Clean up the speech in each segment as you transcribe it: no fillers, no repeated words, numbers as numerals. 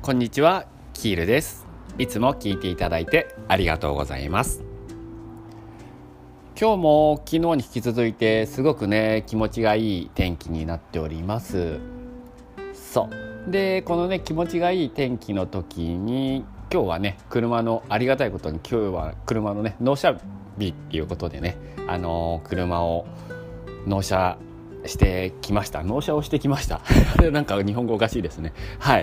こんにちは、キールです。いつも聞いていただいてありがとうございます。今日も昨日に引き続いてすごくね気持ちがいい天気になっております。そうでこのね気持ちがいい天気の時に今日はね車のありがたいことに今日は車のね納車日っていうことでね車を納車してきました。納車をしてきましたなんか日本語おかしいですね。はい。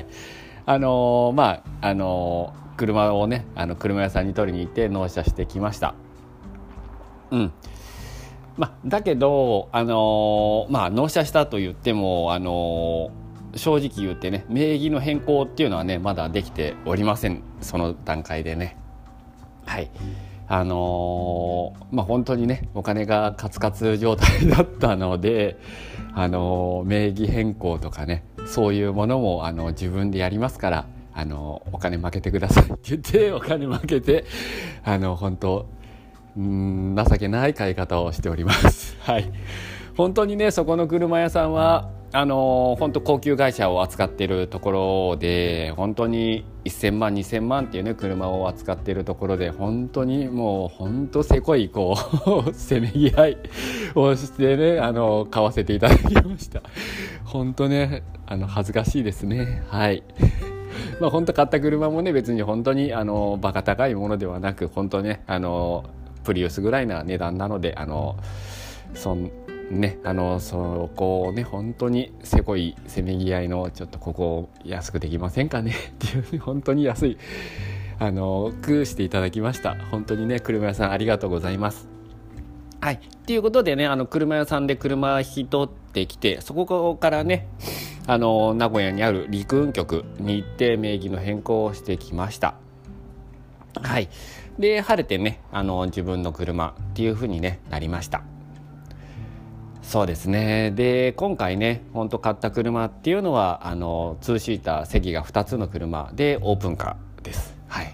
車をね車屋さんに取りに行って納車してきました。だけど納車したと言っても正直言ってね名義の変更っていうのはねまだできておりません。その段階でね。はい。本当にねお金がカツカツ状態だったので名義変更とかねそういうものも自分でやりますからお金負けてくださいって言ってお金負けて本当情けない買い方をしておりますはい。本当にねそこの車屋さんは本当高級会社を扱っているところで本当に1000万2000万っていうね車を扱っているところで本当にもう本当せこいせめぎ合いをしてね買わせていただきました。本当ね恥ずかしいですね。はい本当買った車もね別に本当にバカ高いものではなく本当ねプリウスぐらいな値段なのでそこをね本当にせこいせめぎ合いのちょっとここ安くできませんかねっていう、ね、本当に安い工していただきました。本当にね車屋さんありがとうございます。はい。ということでね車屋さんで車引き取ってきてそこからね名古屋にある陸運局に行って名義の変更をしてきました。はい。で晴れてね自分の車っていう風にねなりました。そうですね。で今回ね本当買った車っていうのは2シーター席が2つの車でオープンカーです。はい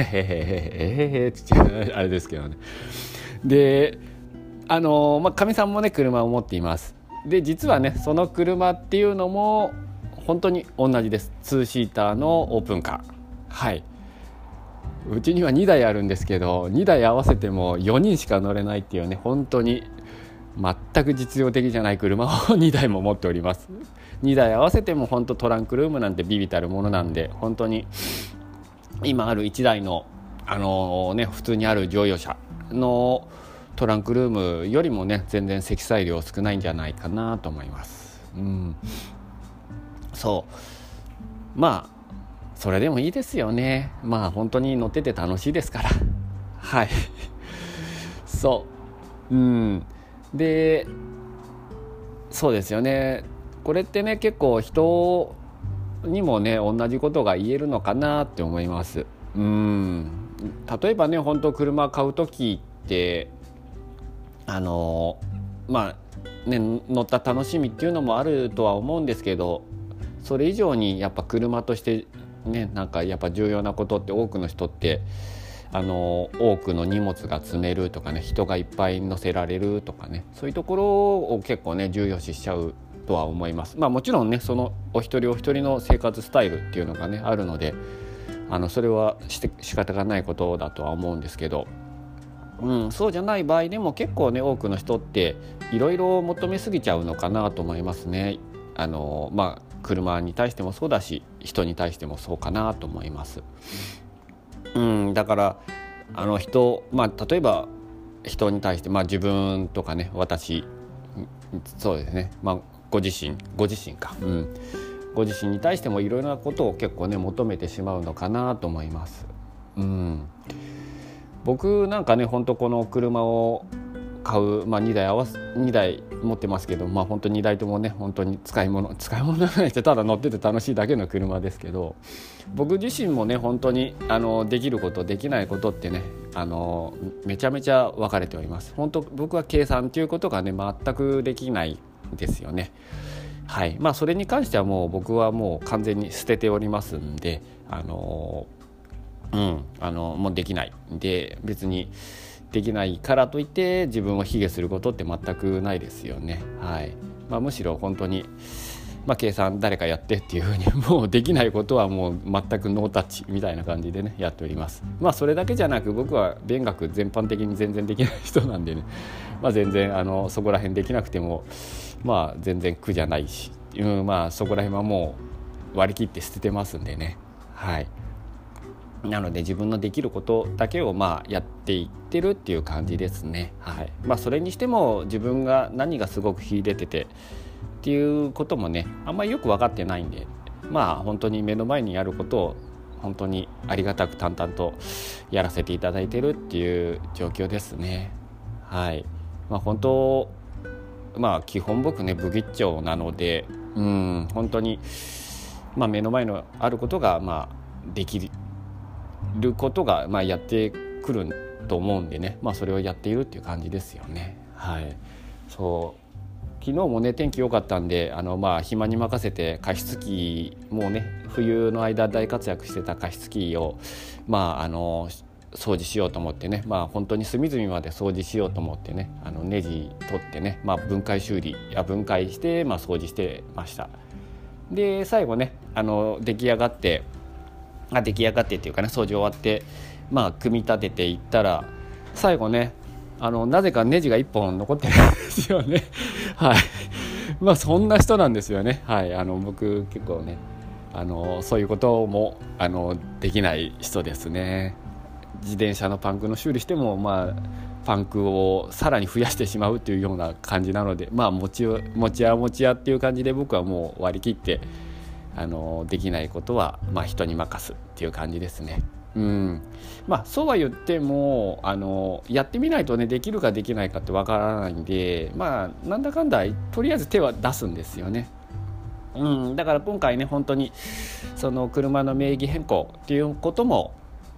あれですけどね。でかみさんもね車を持っています。で実はねその車っていうのも本当に同じです。2シーターのオープンカー。はい。うちには2台あるんですけど2台合わせても4人しか乗れないっていうね本当に全く実用的じゃない車を2台も持っております。2台合わせても本当トランクルームなんてビビたるものなんで本当に今ある1台の普通にある乗用車のトランクルームよりもね全然積載量少ないんじゃないかなと思います。そうそれでもいいですよね。本当に乗ってて楽しいですからはいでそうですよね。これってね結構人にもね同じことが言えるのかなって思います。例えばね本当車買う時って乗った楽しみっていうのもあるとは思うんですけどそれ以上にやっぱ車としてねやっぱ重要なことって多くの人って多くの荷物が積めるとかね人がいっぱい乗せられるとかねそういうところを結構ね重要視しちゃうとは思います。もちろんねそのお一人お一人の生活スタイルっていうのがねあるのでそれは仕方がないことだとは思うんですけどそうじゃない場合でも結構ね多くの人っていろいろ求めすぎちゃうのかなと思いますね。車に対してもそうだし人に対してもそうかなと思います。だから例えば人に対して自分とかね私そうですねご自身か、ご自身に対してもいろいろなことを結構ね求めてしまうのかなと思います。僕なんかね本当この車を買う、2台持ってますけど本当2台ともね本当に使い物じゃないしてただ乗ってて楽しいだけの車ですけど僕自身もね本当にできることできないことってねめちゃめちゃ分かれております。本当僕は計算ということがね全くできないですよね。はい。それに関してはもう僕はもう完全に捨てておりますんでもうできないで別にできないからといって自分を卑下することって全くないですよね。はい。むしろ本当に計算誰かやってっていうふうにもうできないことはもう全くノータッチみたいな感じでねやっております。それだけじゃなく僕は勉学全般的に全然できない人なんでね、全然そこら辺できなくても全然苦じゃないし、そこら辺はもう割り切って捨ててますんでね。はい。なので自分のできることだけをやっていってるっていう感じですね。はい。それにしても自分が何がすごく秀でててっていうこともねあんまりよく分かってないんで、本当に目の前にあることを本当にありがたく淡々とやらせていただいてるっていう状況ですね。はい。本当基本僕ね不吉祥なので、本当に目の前のあることができることがやってくると思うんでね、それをやっているっていう感じですよね。はい。そう昨日もね天気良かったんで暇に任せて加湿器もうね冬の間大活躍してた加湿器を掃除しようと思ってね、本当に隅々まで掃除しようと思ってねネジ取ってね、分解して掃除してました。で最後ね出来上がってっていうかね掃除終わって組み立てていったら最後ねなぜかネジが1本残ってるんですよね。はい。そんな人なんですよね。はい。僕結構ねそういうこともできない人ですね。自転車のパンクの修理してもパンクをさらに増やしてしまうというような感じなので持ち屋っていう感じで僕はもう割り切ってできないことは人に任すっていう感じですね。そうは言ってもやってみないとねできるかできないかってわからないんでなんだかんだとりあえず手は出すんですよね。だから今回ね本当にその車の名義変更っていうことも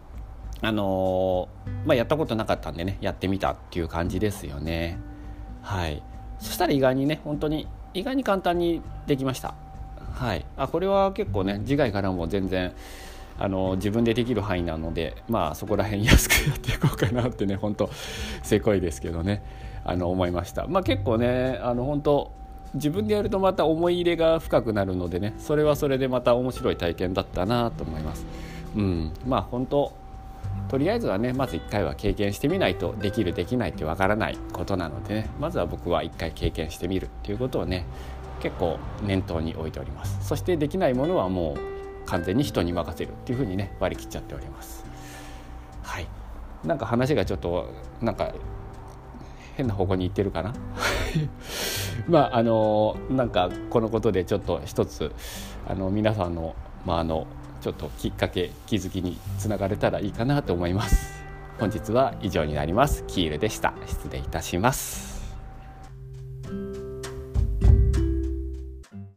やったことなかったんでねやってみたっていう感じですよね。はい。そしたら意外に簡単にできました。はい。これは結構ね次回からも全然自分でできる範囲なのでそこら辺安くやっていこうかなってね本当せこいですけどね思いました。結構ね本当自分でやるとまた思い入れが深くなるのでねそれはそれでまた面白い体験だったなと思います。本当とりあえずはねまず1回は経験してみないとできるできないってわからないことなのでねまずは僕は1回経験してみるっていうことをね結構念頭に置いております。そしてできないものはもう完全に人に任せるっていう風にね割り切っちゃっております。はい。話がちょっと変な方向に行ってるかなこのことでちょっと一つ皆さんのちょっときっかけ気づきにつながれたらいいかなと思います。本日は以上になります。キールでした。失礼いたします。